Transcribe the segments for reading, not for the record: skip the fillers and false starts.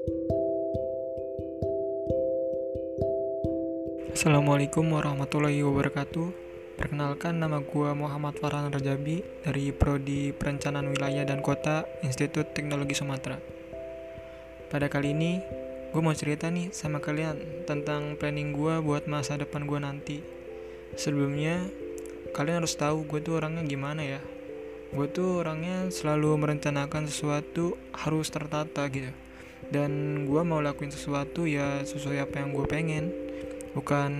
Assalamualaikum warahmatullahi wabarakatuh. Perkenalkan, nama gua Muhammad Farhan Rajabi dari Prodi Perencanaan Wilayah dan Kota Institut Teknologi Sumatera. Pada kali ini, gue mau cerita nih sama kalian tentang planning gue buat masa depan gue nanti. Sebelumnya, kalian harus tahu gue tuh orangnya gimana ya. Gue tuh orangnya selalu merencanakan sesuatu harus tertata gitu. Dan gue mau lakuin sesuatu ya sesuai apa yang gue pengen, bukan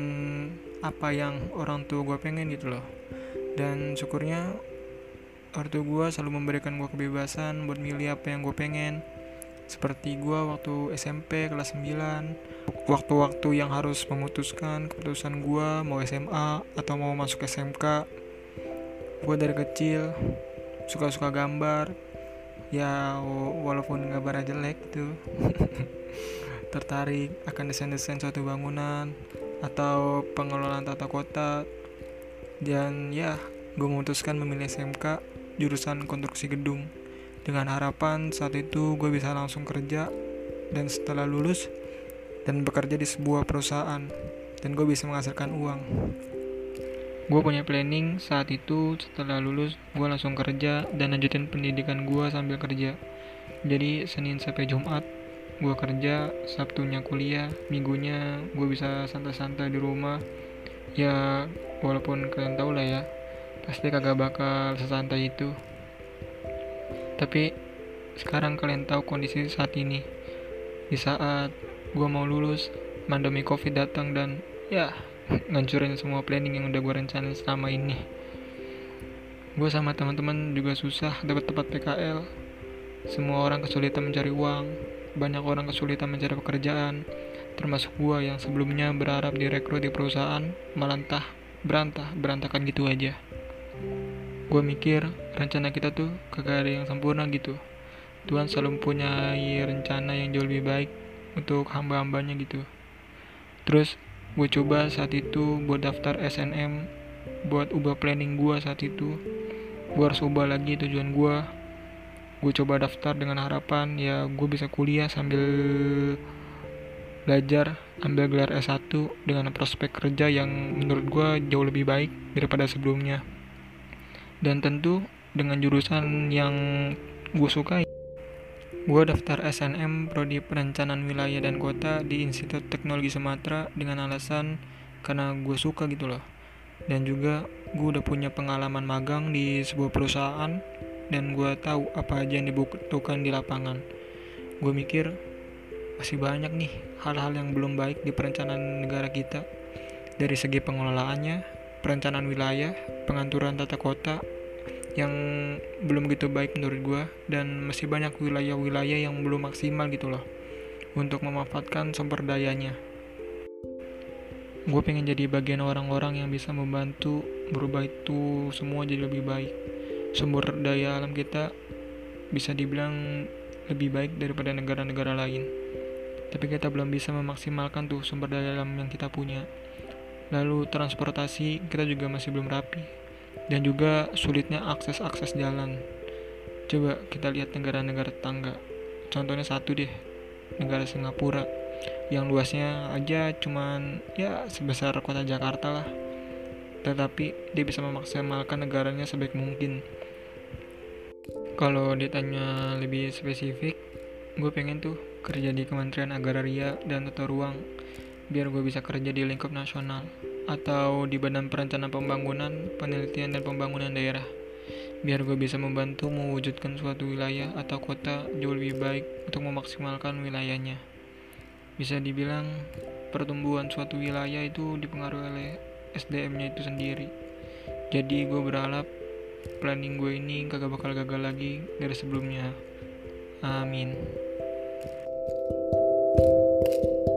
apa yang orang tua gue pengen gitu loh. Dan syukurnya orang tua gue selalu memberikan gue kebebasan buat milih apa yang gue pengen. Seperti gue waktu SMP kelas 9, waktu-waktu yang harus memutuskan keputusan gue mau SMA atau mau masuk SMK. Gue dari kecil suka-suka gambar, ya walaupun gambarnya jelek gitu. Tertarik akan desain-desain suatu bangunan atau pengelolaan tata kota. Dan ya, gue memutuskan memilih SMK jurusan konstruksi gedung dengan harapan saat itu gue bisa langsung kerja dan setelah lulus dan bekerja di sebuah perusahaan dan gue bisa menghasilkan uang. Gue punya planning saat itu setelah lulus gue langsung kerja dan lanjutin pendidikan gue sambil kerja. Jadi Senin sampai Jumat gue kerja, Sabtunya kuliah, Minggunya gue bisa santai-santai di rumah. Ya walaupun kalian tahu lah ya, pasti kagak bakal sesantai itu. Tapi sekarang kalian tahu kondisi saat ini. Di saat gue mau lulus, pandemi COVID datang dan ya ngancurin semua planning yang udah gue rencanain selama ini. Gue sama teman-teman juga susah dapat tempat PKL. Semua orang kesulitan mencari uang, banyak orang kesulitan mencari pekerjaan, termasuk gue yang sebelumnya berharap direkrut di perusahaan, malah berantakan gitu aja. Gue mikir rencana kita tuh kagak ada yang sempurna gitu. Tuhan selalu mempunyai rencana yang jauh lebih baik untuk hamba-hambanya gitu. Terus gue coba saat itu buat daftar SNM, buat ubah planning gue saat itu. Gue harus ubah lagi tujuan gue. Gue coba daftar dengan harapan ya gue bisa kuliah sambil belajar, ambil gelar S1 dengan prospek kerja yang menurut gue jauh lebih baik daripada sebelumnya. Dan tentu dengan jurusan yang gue sukai. Gue daftar SNM Prodi Perencanaan Wilayah dan Kota di Institut Teknologi Sumatera dengan alasan karena gue suka gitu loh. Dan juga gue udah punya pengalaman magang di sebuah perusahaan dan gue tahu apa aja yang dibutuhkan di lapangan. Gue mikir masih banyak nih hal-hal yang belum baik di perencanaan negara kita, dari segi pengelolaannya, perencanaan wilayah, pengaturan tata kota yang belum begitu baik menurut gue, dan masih banyak wilayah-wilayah yang belum maksimal gitu loh untuk memanfaatkan sumber dayanya. Gue pengen jadi bagian orang-orang yang bisa membantu merubah itu semua jadi lebih baik. Sumber daya alam kita bisa dibilang lebih baik daripada negara-negara lain, tapi kita belum bisa memaksimalkan tuh sumber daya alam yang kita punya. Lalu transportasi kita juga masih belum rapi, dan juga sulitnya akses jalan. Coba kita lihat negara-negara tetangga. Contohnya satu deh, negara Singapura yang luasnya aja cuman ya sebesar kota Jakarta lah, tetapi dia bisa memaksimalkan negaranya sebaik mungkin. Kalau ditanya lebih spesifik, gue pengen tuh kerja di Kementerian Agraria dan Tata Ruang biar gue bisa kerja di lingkup nasional atau di Badan Perencanaan Pembangunan, Penelitian dan Pembangunan Daerah, biar gue bisa membantu mewujudkan suatu wilayah atau kota jauh lebih baik untuk memaksimalkan wilayahnya. Bisa dibilang pertumbuhan suatu wilayah itu dipengaruhi oleh SDM-nya itu sendiri. Jadi gue berharap planning gue ini kagak bakal gagal lagi dari sebelumnya. Amin.